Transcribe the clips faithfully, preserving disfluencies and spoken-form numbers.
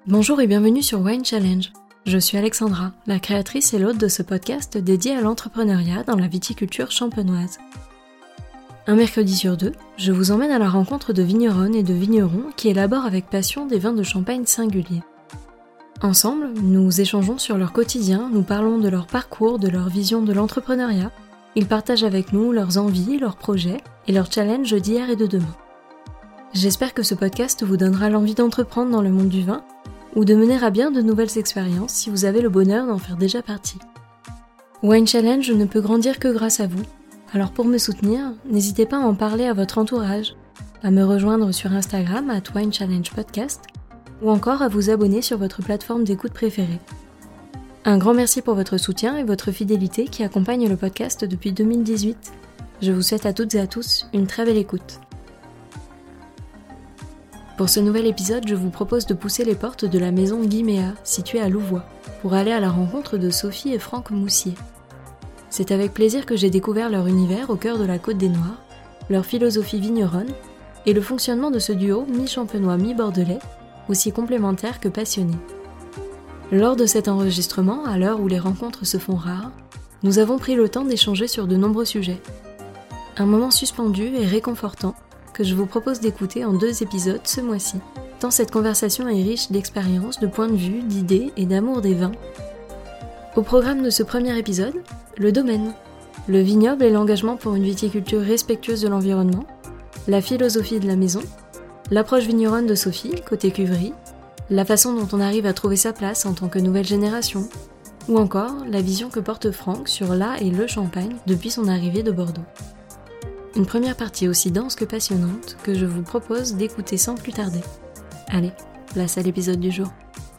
Bonjour et bienvenue sur Wine Challenge. Je suis Alexandra, la créatrice et l'hôte de ce podcast dédié à l'entrepreneuriat dans la viticulture champenoise. Un mercredi sur deux, je vous emmène à la rencontre de vigneronnes et de vignerons qui élaborent avec passion des vins de champagne singuliers. Ensemble, nous échangeons sur leur quotidien, nous parlons de leur parcours, de leur vision de l'entrepreneuriat. Ils partagent avec nous leurs envies, leurs projets et leurs challenges d'hier et de demain. J'espère que ce podcast vous donnera l'envie d'entreprendre dans le monde du vin ou de mener à bien de nouvelles expériences si vous avez le bonheur d'en faire déjà partie. Wine Challenge ne peut grandir que grâce à vous. Alors pour me soutenir, n'hésitez pas à en parler à votre entourage, à me rejoindre sur Instagram arobase Wine Challenge Podcast ou encore à vous abonner sur votre plateforme d'écoute préférée. Un grand merci pour votre soutien et votre fidélité qui accompagne le podcast depuis deux mille dix-huit. Je vous souhaite à toutes et à tous une très belle écoute. Pour ce nouvel épisode, je vous propose de pousser les portes de la maison Guiméa, située à Louvois, pour aller à la rencontre de Sophie et Franck Moussier. C'est avec plaisir que j'ai découvert leur univers au cœur de la Côte des Noirs, leur philosophie vigneronne et le fonctionnement de ce duo mi-champenois mi-bordelais, aussi complémentaire que passionné. Lors de cet enregistrement, à l'heure où les rencontres se font rares, nous avons pris le temps d'échanger sur de nombreux sujets. Un moment suspendu et réconfortant que je vous propose d'écouter en deux épisodes ce mois-ci, tant cette conversation est riche d'expériences, de points de vue, d'idées et d'amour des vins. Au programme de ce premier épisode, le domaine, le vignoble et l'engagement pour une viticulture respectueuse de l'environnement, la philosophie de la maison, l'approche vigneronne de Sophie, côté cuverie, la façon dont on arrive à trouver sa place en tant que nouvelle génération, ou encore la vision que porte Franck sur la et le champagne depuis son arrivée de Bordeaux. Une première partie aussi dense que passionnante que je vous propose d'écouter sans plus tarder. Allez, place à l'épisode du jour.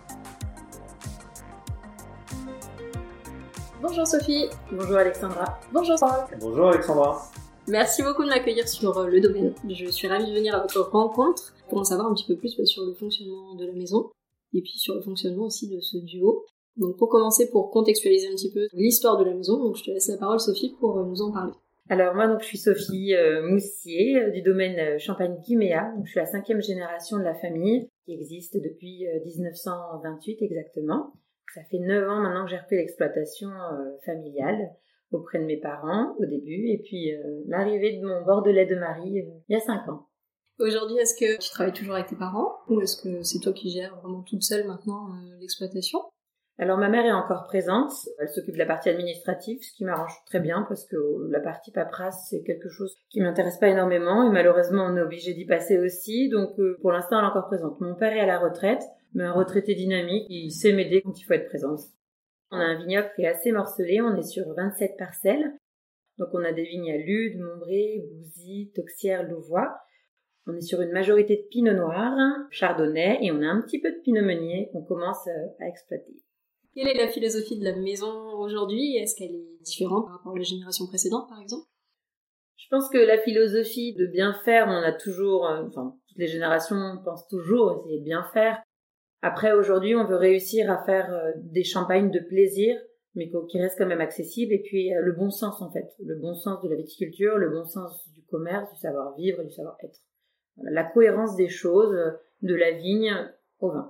Bonjour Sophie. Bonjour Alexandra. Bonjour Franck. Bonjour Alexandra. Merci beaucoup de m'accueillir sur le domaine. Je suis ravie de venir à votre rencontre pour en savoir un petit peu plus sur le fonctionnement de la maison et puis sur le fonctionnement aussi de ce duo. Donc pour commencer, pour contextualiser un petit peu l'histoire de la maison, donc je te laisse la parole Sophie pour nous en parler. Alors moi donc je suis Sophie euh, Moussier euh, du domaine euh, Champagne Guiméa. Donc je suis la cinquième génération de la famille qui existe depuis euh, dix-neuf cent vingt-huit exactement. Ça fait neuf ans maintenant que j'ai repris l'exploitation euh, familiale auprès de mes parents au début et puis euh, l'arrivée de mon bordelais de mari euh, il y a cinq ans. Aujourd'hui, est-ce que tu travailles toujours avec tes parents ou est-ce que c'est toi qui gères vraiment toute seule maintenant euh, l'exploitation ? Alors ma mère est encore présente, elle s'occupe de la partie administrative, ce qui m'arrange très bien parce que la partie paperasse c'est quelque chose qui m'intéresse pas énormément et malheureusement on est obligé d'y passer aussi, donc euh, pour l'instant elle est encore présente. Mon père est à la retraite, mais un retraité dynamique, il sait m'aider quand il faut être présent. On a un vignoble qui est assez morcelé, on est sur vingt-sept parcelles, donc on a des vignes à Lude, Montbré, Bouzy, Toxières, Louvois. On est sur une majorité de pinot noir, chardonnay et on a un petit peu de pinot meunier qu'on commence à exploiter. Quelle est la philosophie de la maison aujourd'hui ? Est-ce qu'elle est différente par rapport aux générations précédentes, par exemple ? Je pense que la philosophie de bien faire, on a toujours, enfin, toutes les générations pensent toujours essayer de bien faire. Après, aujourd'hui, on veut réussir à faire des champagnes de plaisir, mais qui restent quand même accessibles. Et puis, le bon sens, en fait. Le bon sens de la viticulture, le bon sens du commerce, du savoir-vivre et du savoir-être. Voilà, la cohérence des choses, de la vigne au vin.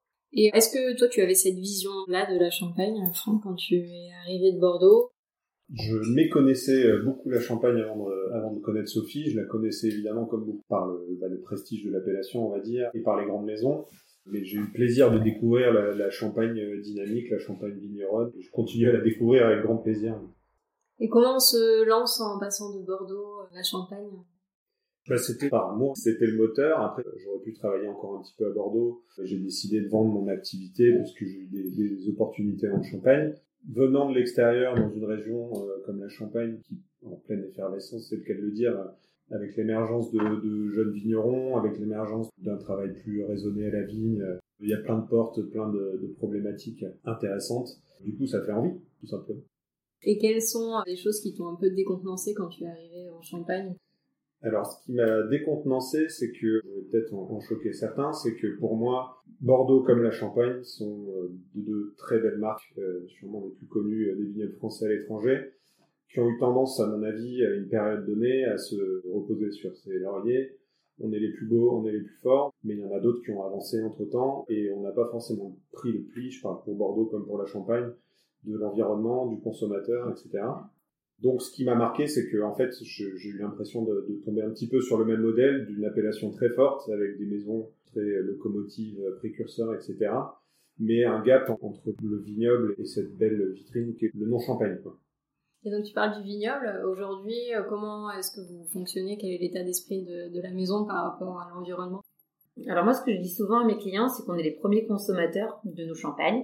Et est-ce que toi tu avais cette vision-là de la Champagne, Franck, quand tu es arrivé de Bordeaux ? Je méconnaissais beaucoup la Champagne avant de, avant de connaître Sophie. Je la connaissais évidemment comme beaucoup par le, bah, le prestige de l'appellation, on va dire, et par les grandes maisons. Mais j'ai eu le plaisir de découvrir la, la Champagne dynamique, la Champagne vigneronne. Et je continue à la découvrir avec grand plaisir. Et comment on se lance en passant de Bordeaux à la Champagne ? Bah, c'était par amour, c'était le moteur. Après, j'aurais pu travailler encore un petit peu à Bordeaux. J'ai décidé de vendre mon activité parce que j'ai eu des, des opportunités en Champagne. Venant de l'extérieur, dans une région euh, comme la Champagne, qui en pleine effervescence, c'est le cas de le dire, avec l'émergence de, de jeunes vignerons, avec l'émergence d'un travail plus raisonné à la vigne, euh, il y a plein de portes, plein de, de problématiques intéressantes. Du coup, ça fait envie, tout simplement. Et quelles sont les choses qui t'ont un peu décontenancé quand tu es arrivé en Champagne ? Alors, ce qui m'a décontenancé, c'est que, je vais peut-être en, en choquer certains, c'est que pour moi, Bordeaux comme la Champagne sont euh, de, de très belles marques, euh, sûrement les plus connues euh, des vignobles français à l'étranger, qui ont eu tendance, à mon avis, à une période donnée, à se reposer sur ses lauriers on est les plus beaux, on est les plus forts, mais il y en a d'autres qui ont avancé entre-temps, et on n'a pas forcément pris le pli, je parle pour Bordeaux comme pour la Champagne, de l'environnement, du consommateur, et cetera. Donc ce qui m'a marqué, c'est que en fait, je, j'ai eu l'impression de, de tomber un petit peu sur le même modèle, d'une appellation très forte, avec des maisons très locomotives, précurseurs, et cetera. Mais un gap entre le vignoble et cette belle vitrine qui est le nom Champagne, quoi. Et donc tu parles du vignoble. Aujourd'hui, comment est-ce que vous fonctionnez? Quel est l'état d'esprit de, de la maison par rapport à l'environnement? Alors moi, ce que je dis souvent à mes clients, c'est qu'on est les premiers consommateurs de nos champagnes.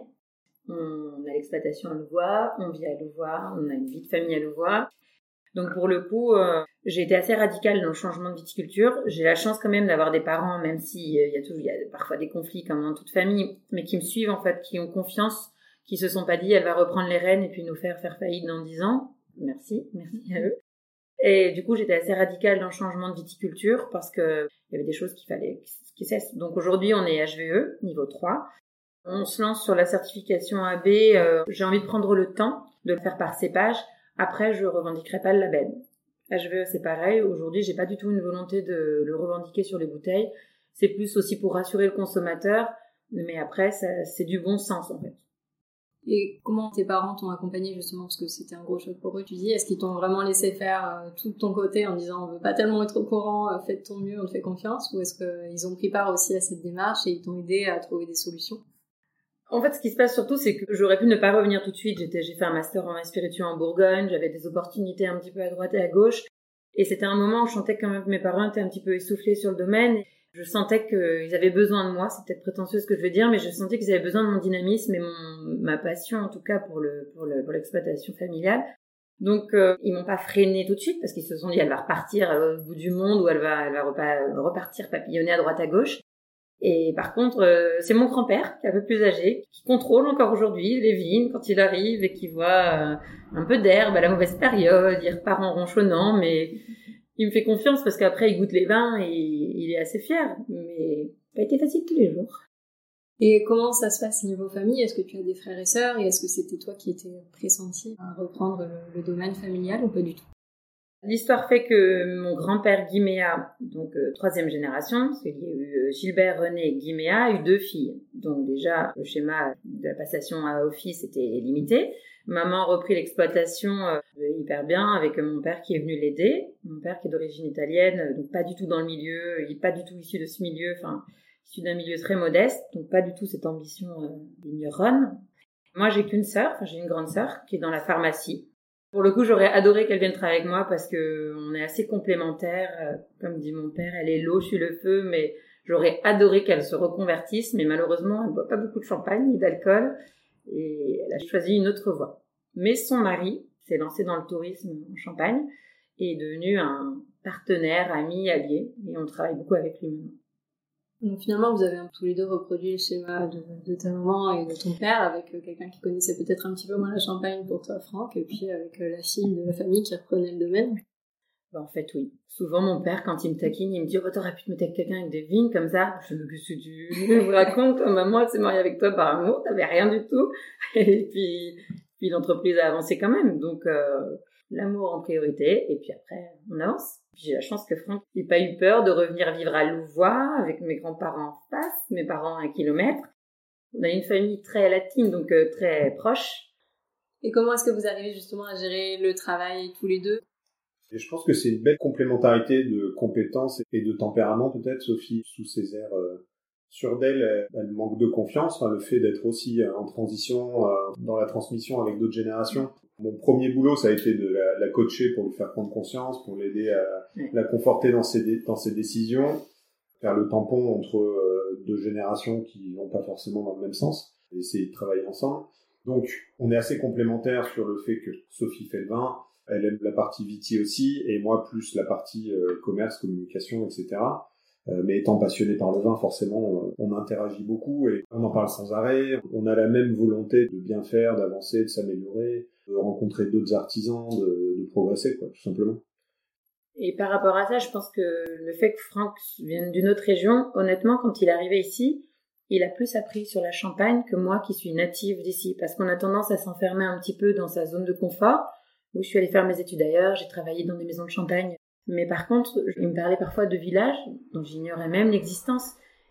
On a l'exploitation à Louvois, on vit à Louvois, on a une vie de famille à Louvois. Donc pour le coup, euh, j'ai été assez radicale dans le changement de viticulture. J'ai la chance quand même d'avoir des parents, même s'il euh, y a tout, il y a parfois des conflits comme dans toute famille, mais qui me suivent en fait, qui ont confiance, qui se sont pas dit elle va reprendre les rênes et puis nous faire faire faillite dans dix ans. Merci, merci à eux. Et du coup, j'étais assez radicale dans le changement de viticulture parce que il y avait des choses qu'il fallait qui cessent. Donc aujourd'hui, on est H V E niveau trois. On se lance sur la certification A B. Euh, j'ai envie de prendre le temps de le faire par cépage. Après, je revendiquerai pas le label. H V E, c'est pareil. Aujourd'hui, j'ai pas du tout une volonté de le revendiquer sur les bouteilles. C'est plus aussi pour rassurer le consommateur. Mais après, ça, c'est du bon sens, en fait. Et comment tes parents t'ont accompagné justement, parce que c'était un gros choc pour eux, tu dis, est-ce qu'ils t'ont vraiment laissé faire euh, tout de ton côté en disant on veut pas tellement être au courant, euh, fais de ton mieux, on te fait confiance, ou est-ce qu'ils ont pris part aussi à cette démarche et ils t'ont aidé à trouver des solutions? En fait, ce qui se passe surtout, c'est que j'aurais pu ne pas revenir tout de suite. J'étais, j'ai fait un master en vin spiritueux en Bourgogne, j'avais des opportunités un petit peu à droite et à gauche, et c'était un moment où je sentais quand même que mes parents étaient un petit peu essoufflés sur le domaine. Je sentais qu'ils avaient besoin de moi, c'est peut-être prétentieux ce que je veux dire, mais je sentais qu'ils avaient besoin de mon dynamisme et mon, ma passion en tout cas pour le, pour le, pour l'exploitation familiale. Donc euh, ils m'ont pas freiné tout de suite parce qu'ils se sont dit elle va repartir au bout du monde ou elle va, elle va repa- repartir papillonner à droite à gauche. Et par contre, euh, c'est mon grand-père qui est un peu plus âgé, qui contrôle encore aujourd'hui les vignes quand il arrive et qui voit euh, un peu d'herbe à la mauvaise période, il repart en ronchonnant, mais il me fait confiance parce qu'après il goûte les vins et il est assez fier, mais ça n'a pas été facile tous les jours. Et comment ça se passe niveau famille? Est-ce que tu as des frères et sœurs et est-ce que c'était toi qui étais pressenti à reprendre le, le domaine familial ou pas du tout? L'histoire fait que mon grand-père Guiméa, donc euh, troisième génération, parce qu'il y a eu Gilbert René Guiméa, a eu deux filles. Donc déjà, le schéma de la passation à office était limité. Maman a repris l'exploitation euh, hyper bien avec mon père qui est venu l'aider. Mon père qui est d'origine italienne, donc pas du tout dans le milieu, il est pas du tout issu de ce milieu, enfin issu d'un milieu très modeste, donc pas du tout cette ambition euh, vigneronne. Moi j'ai qu'une sœur, enfin j'ai une grande sœur qui est dans la pharmacie. Pour le coup, j'aurais adoré qu'elle vienne travailler avec moi parce que on est assez complémentaires. Euh, comme dit mon père, elle est l'eau, je suis le feu, mais j'aurais adoré qu'elle se reconvertisse, mais malheureusement, elle ne boit pas beaucoup de champagne ni d'alcool et elle a choisi une autre voie. Mais son mari s'est lancé dans le tourisme en Champagne et est devenu un partenaire, ami, allié, et on travaille beaucoup avec lui maintenant. Donc finalement, vous avez tous les deux reproduit le schéma de, de ta maman et de ton père avec quelqu'un qui connaissait peut-être un petit peu moins la Champagne pour toi, Franck, et puis avec la fille de la famille qui reprenait le domaine. Ben, en fait, oui. Souvent, mon père, quand il me taquine, il me dit « Oh, t'aurais pu te mettre avec quelqu'un avec des vignes comme ça ?» Je me dis « Qu'est-ce que tu me racontes ? Maman, elle s'est mariée avec toi par amour, t'avais rien du tout. » Et puis, puis l'entreprise a avancé quand même. Donc, euh, l'amour en priorité, et puis après, on avance. J'ai la chance que Franck n'ait pas eu peur de revenir vivre à Louvois avec mes grands-parents en face, mes parents à un kilomètre. On a une famille très latine, donc euh, très proche. Et comment est-ce que vous arrivez justement à gérer le travail tous les deux ? Et je pense que c'est une belle complémentarité de compétences et de tempérament peut-être. Sophie, sous ses airs euh, sûrs d'elle, elle, elle manque de confiance. Enfin, le fait d'être aussi euh, en transition, euh, dans la transmission avec d'autres générations. Mon premier boulot, ça a été de la, la coacher pour lui faire prendre conscience, pour l'aider à oui. la conforter dans ses, dé, dans ses décisions, faire le tampon entre euh, deux générations qui vont pas forcément dans le même sens, et essayer de travailler ensemble. Donc, on est assez complémentaires sur le fait que Sophie fait le vin, elle aime la partie viti aussi, et moi plus la partie euh, commerce, communication, et cetera. Euh, mais étant passionné par le vin, forcément, euh, on interagit beaucoup et on en parle sans arrêt. On a la même volonté de bien faire, d'avancer, de s'améliorer, de rencontrer d'autres artisans, de, de progresser, quoi, tout simplement. Et par rapport à ça, je pense que le fait que Franck vienne d'une autre région, honnêtement, quand il est arrivé ici, il a plus appris sur la Champagne que moi qui suis native d'ici, parce qu'on a tendance à s'enfermer un petit peu dans sa zone de confort, où je suis allée faire mes études ailleurs, j'ai travaillé dans des maisons de Champagne Mais par contre, il me parlait parfois de villages dont j'ignorais même l'existence.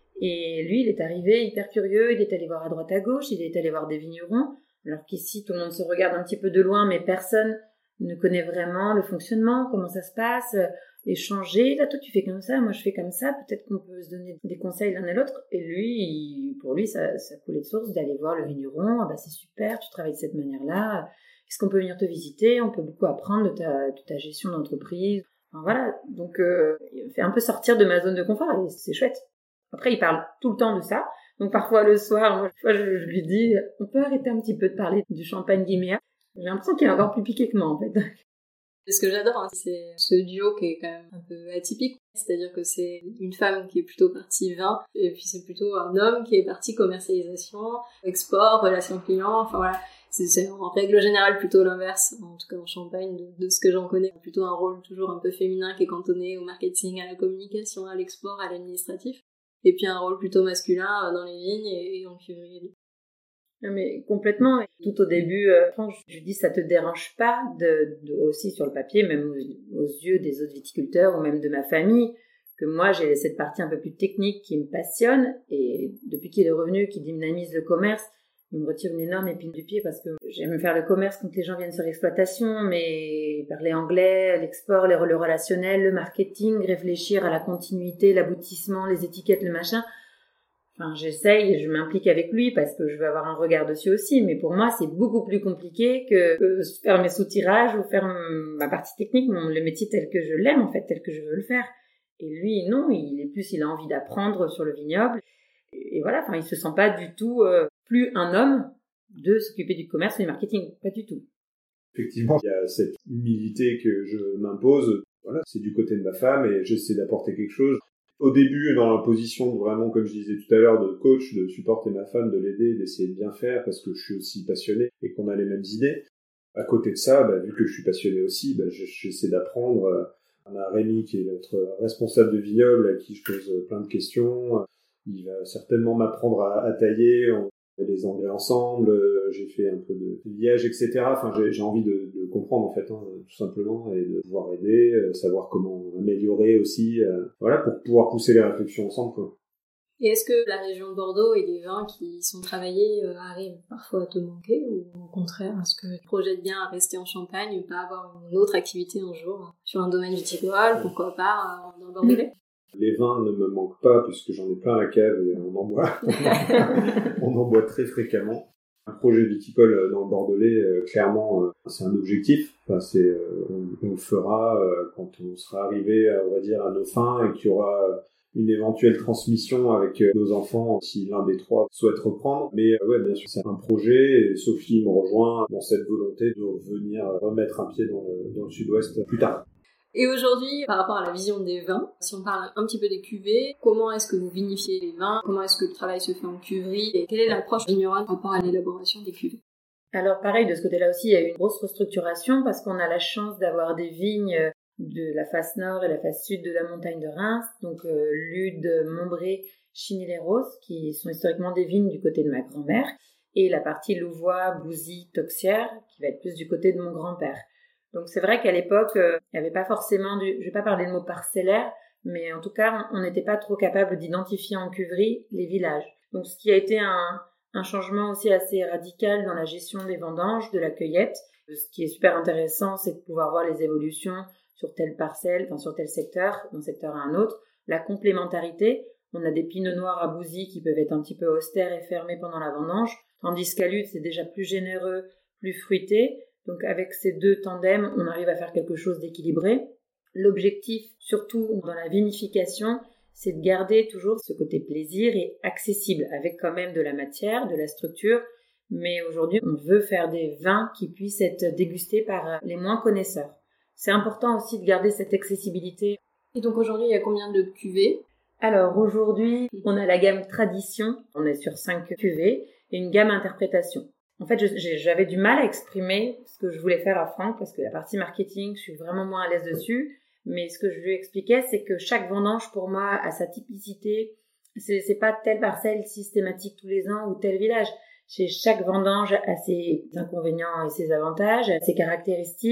Et lui, il est arrivé hyper curieux, il est allé voir à droite à gauche, il est allé voir des vignerons, alors qu'ici, tout le monde se regarde un petit peu de loin, mais personne ne connaît vraiment le fonctionnement, comment ça se passe, échanger. Là, toi, tu fais comme ça, moi, je fais comme ça, peut-être qu'on peut se donner des conseils l'un et l'autre. Et lui, il, pour lui, ça, ça coulait de source d'aller voir le vigneron. Ah bah, c'est super, tu travailles de cette manière-là. Est-ce qu'on peut venir te visiter? On peut beaucoup apprendre de ta, de ta gestion d'entreprise. Enfin, voilà. Donc, euh, il me fait un peu sortir de ma zone de confort et c'est chouette. Après, il parle tout le temps de ça. Donc, parfois, le soir, moi, je, je lui dis, on peut arrêter un petit peu de parler du champagne Guiméa. J'ai l'impression qu'il est encore plus piqué que moi, en fait. Ce que j'adore, hein, c'est ce duo qui est quand même un peu atypique. C'est-à-dire que c'est une femme qui est plutôt partie vin, et puis c'est plutôt un homme qui est parti commercialisation, export, relations clients, enfin voilà. C'est, c'est en règle générale plutôt l'inverse, en tout cas en Champagne, de, de ce que j'en connais. Plutôt un rôle toujours un peu féminin qui est cantonné au marketing, à la communication, à l'export, à l'administratif. Et puis un rôle plutôt masculin dans les vignes et, et en cuverie. Mais complètement. Tout au début, euh, je lui dis, ça te dérange pas de, de aussi sur le papier, même aux, aux yeux des autres viticulteurs ou même de ma famille, que moi j'ai cette partie un peu plus technique qui me passionne. Et depuis qu'il est revenu, qu'il dynamise le commerce, il me retire une énorme épine du pied parce que j'aime faire le commerce quand les gens viennent sur l'exploitation, mais parler anglais, l'export, les, le relationnel, le marketing, réfléchir à la continuité, l'aboutissement, les étiquettes, le machin. Enfin, j'essaye, je m'implique avec lui parce que je veux avoir un regard dessus aussi, mais pour moi, c'est beaucoup plus compliqué que, que faire mes sous-tirages ou faire ma partie technique, mon, le métier tel que je l'aime, en fait, tel que je veux le faire. Et lui, non, il est plus, il a envie d'apprendre sur le vignoble. Et, et voilà, enfin, il se sent pas du tout euh, plus un homme de s'occuper du commerce ou du marketing, pas du tout. Effectivement, il y a cette humilité que je m'impose. Voilà, c'est du côté de ma femme et j'essaie d'apporter quelque chose. Au début, dans la position de vraiment, comme je disais tout à l'heure, de coach, de supporter ma femme, de l'aider, d'essayer de bien faire, parce que je suis aussi passionné et qu'on a les mêmes idées. À côté de ça, bah, vu que je suis passionné aussi, bah, j'essaie d'apprendre. On a Rémi qui est notre responsable de vignoble, à qui je pose plein de questions. Il va certainement m'apprendre à, à tailler. On fait des engrais ensemble. J'ai fait un peu de liège, et cetera. Enfin, j'ai, j'ai envie de, de comprendre, en fait, hein, tout simplement, et de pouvoir aider, euh, savoir comment améliorer aussi, euh, voilà, pour pouvoir pousser les réflexions ensemble, quoi. Et est-ce que la région de Bordeaux et les vins qui sont travaillés euh, arrivent parfois à te manquer, ou au contraire, est-ce que tu projettes bien à rester en Champagne, pas avoir une autre activité un jour sur un domaine viticole, pourquoi pas euh, dans le Bordelais? Les vins ne me manquent pas puisque j'en ai plein la cave et on en boit. On en boit très fréquemment. Un projet viticole dans le Bordelais, euh, clairement, euh, c'est un objectif. Enfin, c'est, euh, on, on le fera euh, quand on sera arrivé, à, on va dire, à nos fins et qu'il y aura une éventuelle transmission avec euh, nos enfants si l'un des trois souhaite reprendre. Mais euh, ouais, bien sûr, c'est un projet et Sophie me rejoint dans cette volonté de venir remettre un pied dans le, dans le sud-ouest plus tard. Et aujourd'hui, par rapport à la vision des vins, si on parle un petit peu des cuvées, comment est-ce que vous vinifiez les vins? Comment est-ce que le travail se fait en cuverie? Et quelle est l'approche vigneronne par rapport à l'élaboration des cuvées? Alors pareil, de ce côté-là aussi, il y a eu une grosse restructuration parce qu'on a la chance d'avoir des vignes de la face nord et la face sud de la montagne de Reims, donc euh, Lude, Montbré, Chigny-les-Roses, qui sont historiquement des vignes du côté de ma grand-mère, et la partie Louvois, Bouzy, Toxières, qui va être plus du côté de mon grand-père. Donc c'est vrai qu'à l'époque, euh, il n'y avait pas forcément du... Je vais pas parler de mot parcellaire, mais en tout cas, on n'était pas trop capable d'identifier en cuverie les villages. Donc ce qui a été un, un changement aussi assez radical dans la gestion des vendanges, de la cueillette. Ce qui est super intéressant, c'est de pouvoir voir les évolutions sur telle parcelle, enfin sur tel secteur, d'un secteur à un autre. La complémentarité, on a des pinots noirs à Bouzy qui peuvent être un petit peu austères et fermés pendant la vendange, tandis qu'à Lude, c'est déjà plus généreux, plus fruité. Donc avec ces deux tandems, on arrive à faire quelque chose d'équilibré. L'objectif, surtout dans la vinification, c'est de garder toujours ce côté plaisir et accessible, avec quand même de la matière, de la structure. Mais aujourd'hui, on veut faire des vins qui puissent être dégustés par les moins connaisseurs. C'est important aussi de garder cette accessibilité. Et donc aujourd'hui, il y a combien de cuvées? Alors aujourd'hui, on a la gamme tradition, on est sur cinq cuvées, et une gamme interprétation. En fait, je, j'avais du mal à exprimer ce que je voulais faire à Franck, parce que la partie marketing, je suis vraiment moins à l'aise dessus. Mais ce que je lui expliquais, c'est que chaque vendange, pour moi, a sa typicité. C'est, c'est pas telle parcelle systématique tous les ans ou tel village. Chez chaque vendange a ses inconvénients et ses avantages, a ses caractéristiques.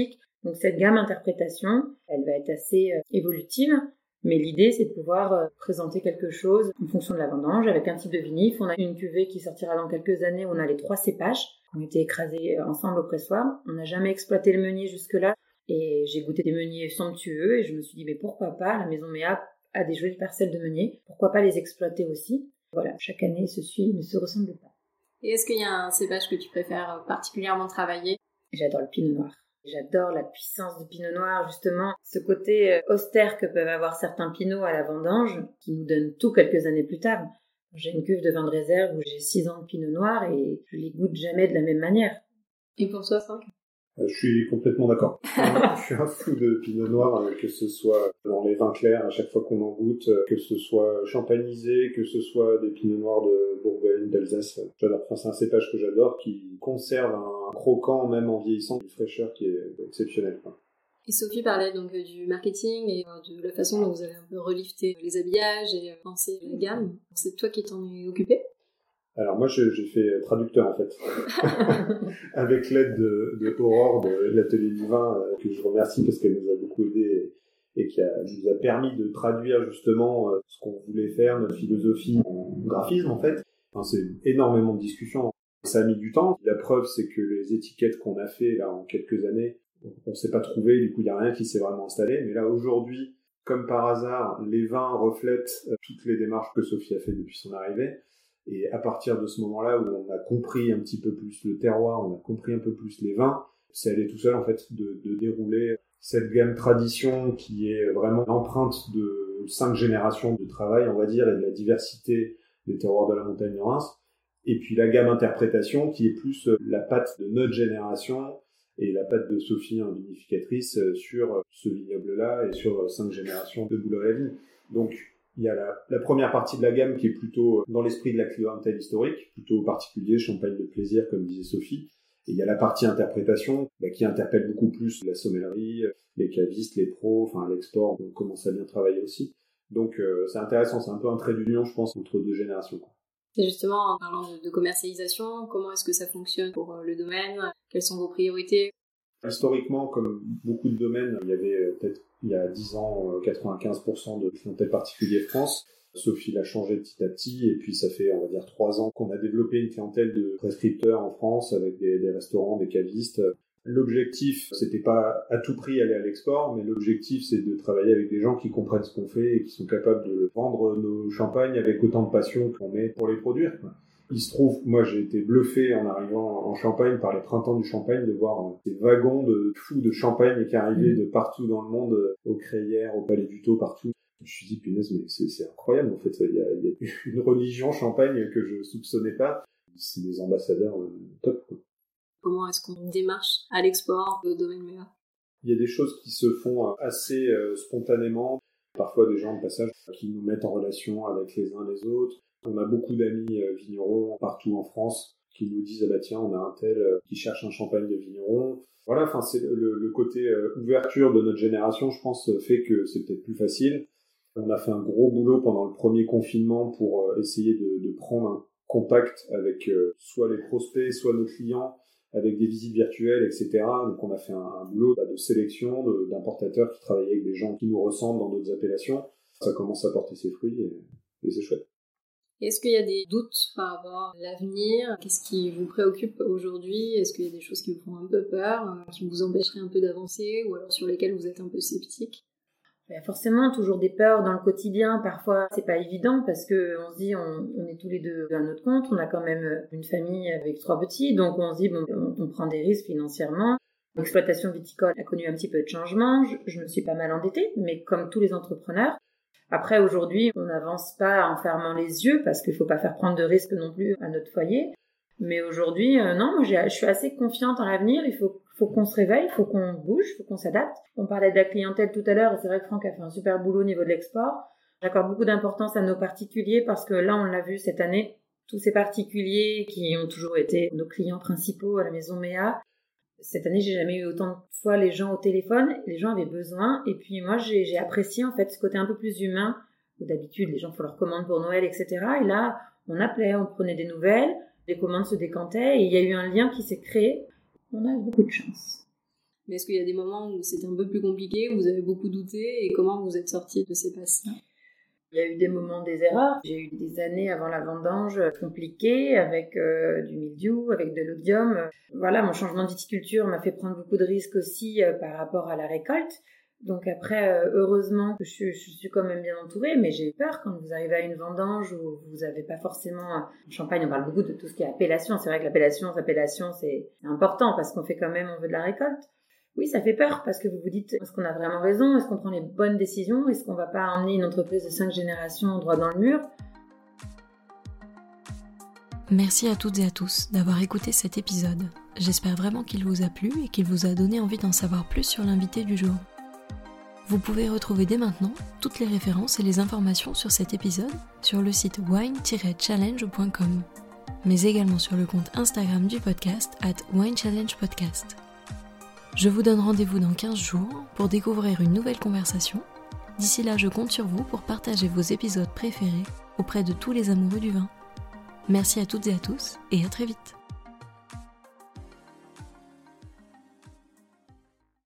Donc cette gamme interprétation, elle va être assez euh, évolutive, mais l'idée c'est de pouvoir euh, présenter quelque chose en fonction de la vendange avec un type de vinif. On a une cuvée qui sortira dans quelques années où on a les trois cépages qui ont été écrasés ensemble au pressoir. On n'a jamais exploité le meunier jusque-là et j'ai goûté des meuniers somptueux et je me suis dit mais pourquoi pas, la maison Méa a des jolies parcelles de meunier, pourquoi pas les exploiter aussi. Voilà, chaque année se suit, ne se ressemble pas. Et est-ce qu'il y a un cépage que tu préfères particulièrement travailler ? J'adore le pinot noir. J'adore la puissance du pinot noir, justement, ce côté austère que peuvent avoir certains pinots à la vendange, qui nous donnent tout quelques années plus tard. J'ai une cuve de vin de réserve où j'ai six ans de pinot noir et je les goûte jamais de la même manière. Et pour toi, Franck ? Je suis complètement d'accord. Je suis un fou de pinot noir, que ce soit dans les vins clairs à chaque fois qu'on en goûte, que ce soit champagnisé, que ce soit des pinots noirs de Bourgogne, d'Alsace. J'adore. Enfin, c'est un cépage que j'adore, qui conserve un croquant, même en vieillissant, une fraîcheur qui est exceptionnelle. Et Sophie parlait donc du marketing et de la façon dont vous avez un peu relifté les habillages et pensé la gamme. C'est toi qui t'en es occupé ? Alors moi je, j'ai fait traducteur en fait, avec l'aide de, de Aurore de l'atelier du vin, euh, que je remercie parce qu'elle nous a beaucoup aidé et, et qui a, nous a permis de traduire justement euh, ce qu'on voulait faire, notre philosophie en graphisme en fait. Enfin, c'est énormément de discussions, ça a mis du temps. La preuve c'est que les étiquettes qu'on a fait là en quelques années, on ne s'est pas trouvé, du coup il n'y a rien qui s'est vraiment installé, mais là aujourd'hui, comme par hasard, les vins reflètent euh, toutes les démarches que Sophie a fait depuis son arrivée. Et à partir de ce moment-là où on a compris un petit peu plus le terroir, on a compris un peu plus les vins, c'est allé tout seul en fait de, de dérouler cette gamme tradition qui est vraiment l'empreinte de cinq générations de travail, on va dire, et de la diversité des terroirs de la montagne de Reims. Et puis la gamme interprétation qui est plus la patte de notre génération et la patte de Sophie, hein, vinificatrice, sur ce vignoble-là et sur cinq générations de Boulot-la-Vigne. Donc il y a la, la première partie de la gamme qui est plutôt dans l'esprit de la clientèle historique, plutôt particulier, champagne de plaisir, comme disait Sophie. Et il y a la partie interprétation, bah, qui interpelle beaucoup plus la sommellerie, les cavistes, les pros, enfin l'export, on commence à bien travailler aussi. Donc euh, c'est intéressant, c'est un peu un trait d'union, je pense, entre deux générations. Et justement, en parlant de, de commercialisation, comment est-ce que ça fonctionne pour le domaine ? Quelles sont vos priorités ? Historiquement, comme beaucoup de domaines, il y avait peut-être il y a dix ans quatre-vingt-quinze pour cent de clientèle particulier France. Sophie l'a changé petit à petit et puis ça fait on va dire trois ans qu'on a développé une clientèle de prescripteurs en France avec des, des restaurants, des cavistes. L'objectif, c'était pas à tout prix aller à l'export, mais l'objectif c'est de travailler avec des gens qui comprennent ce qu'on fait et qui sont capables de vendre nos champagnes avec autant de passion qu'on met pour les produire. Il se trouve, moi j'ai été bluffé en arrivant en Champagne par les printemps du Champagne de voir ces wagons de fous de champagne qui arrivaient de partout dans le monde, aux Crayères, au Palais du Taux, partout. Je me suis dit, punaise, mais c'est, c'est incroyable en fait, il y, a, il y a une religion Champagne que je soupçonnais pas. C'est des ambassadeurs euh, top, quoi. Comment est-ce qu'on démarche à l'export au domaine Méa ? Il y a des choses qui se font assez euh, spontanément. Parfois des gens de passage qui nous mettent en relation avec les uns les autres. On a beaucoup d'amis euh, vignerons partout en France qui nous disent « Ah bah tiens, on a un tel euh, qui cherche un champagne de vigneron ». Voilà, enfin c'est le, le côté euh, ouverture de notre génération, je pense, fait que c'est peut-être plus facile. On a fait un gros boulot pendant le premier confinement pour euh, essayer de, de prendre un contact avec euh, soit les prospects, soit nos clients, avec des visites virtuelles, et cetera. Donc on a fait un, un boulot bah, de sélection, de, d'importateurs qui travaillaient avec des gens qui nous ressemblent dans d'autres appellations. Ça commence à porter ses fruits et, et c'est chouette. Est-ce qu'il y a des doutes par rapport à l'avenir ? Qu'est-ce qui vous préoccupe aujourd'hui ? Est-ce qu'il y a des choses qui vous font un peu peur, qui vous empêcheraient un peu d'avancer, ou alors sur lesquelles vous êtes un peu sceptique ? Il y a forcément toujours des peurs dans le quotidien. Parfois, c'est pas évident parce que on se dit, on, on est tous les deux à notre compte. On a quand même une famille avec trois petits, donc on se dit, bon, on, on prend des risques financièrement. L'exploitation viticole a connu un petit peu de changement. Je, je me suis pas mal endettée, mais comme tous les entrepreneurs. Après, aujourd'hui, on n'avance pas en fermant les yeux parce qu'il faut pas faire prendre de risques non plus à notre foyer. Mais aujourd'hui, euh, non, moi, j'ai, je suis assez confiante en l'avenir. Il faut, faut qu'on se réveille, il faut qu'on bouge, il faut qu'on s'adapte. On parlait de la clientèle tout à l'heure et c'est vrai que Franck a fait un super boulot au niveau de l'export. J'accorde beaucoup d'importance à nos particuliers parce que là, on l'a vu cette année, tous ces particuliers qui ont toujours été nos clients principaux à la maison Méa. Cette année, j'ai jamais eu autant de fois les gens au téléphone. Les gens avaient besoin. Et puis moi, j'ai, j'ai apprécié en fait ce côté un peu plus humain. Où d'habitude, les gens font leurs commandes pour Noël, et cetera. Et là, on appelait, on prenait des nouvelles. Les commandes se décantaient. Et il y a eu un lien qui s'est créé. On a eu beaucoup de chance. Mais est-ce qu'il y a des moments où c'était un peu plus compliqué, où vous avez beaucoup douté, et comment vous êtes sortis de ces passes-là ? Il y a eu des moments des erreurs. J'ai eu des années avant la vendange compliquées, avec euh, du mildiou, avec de l'oïdium. Voilà, mon changement de viticulture m'a fait prendre beaucoup de risques aussi euh, par rapport à la récolte. Donc après, euh, heureusement, je suis, je suis quand même bien entourée, mais j'ai eu peur quand vous arrivez à une vendange où vous n'avez pas forcément... En Champagne, on parle beaucoup de tout ce qui est appellation. C'est vrai que l'appellation, l'appellation, c'est important parce qu'on fait quand même, on veut de la récolte. Oui, ça fait peur parce que vous vous dites, est-ce qu'on a vraiment raison? Est-ce qu'on prend les bonnes décisions? Est-ce qu'on va pas emmener une entreprise de cinq générations droit dans le mur? Merci à toutes et à tous d'avoir écouté cet épisode. J'espère vraiment qu'il vous a plu et qu'il vous a donné envie d'en savoir plus sur l'invité du jour. Vous pouvez retrouver dès maintenant toutes les références et les informations sur cet épisode sur le site wine tiret challenge point com, mais également sur le compte Instagram du podcast arobase wine challenge podcast. Je vous donne rendez-vous dans quinze jours pour découvrir une nouvelle conversation. D'ici là, je compte sur vous pour partager vos épisodes préférés auprès de tous les amoureux du vin. Merci à toutes et à tous et à très vite.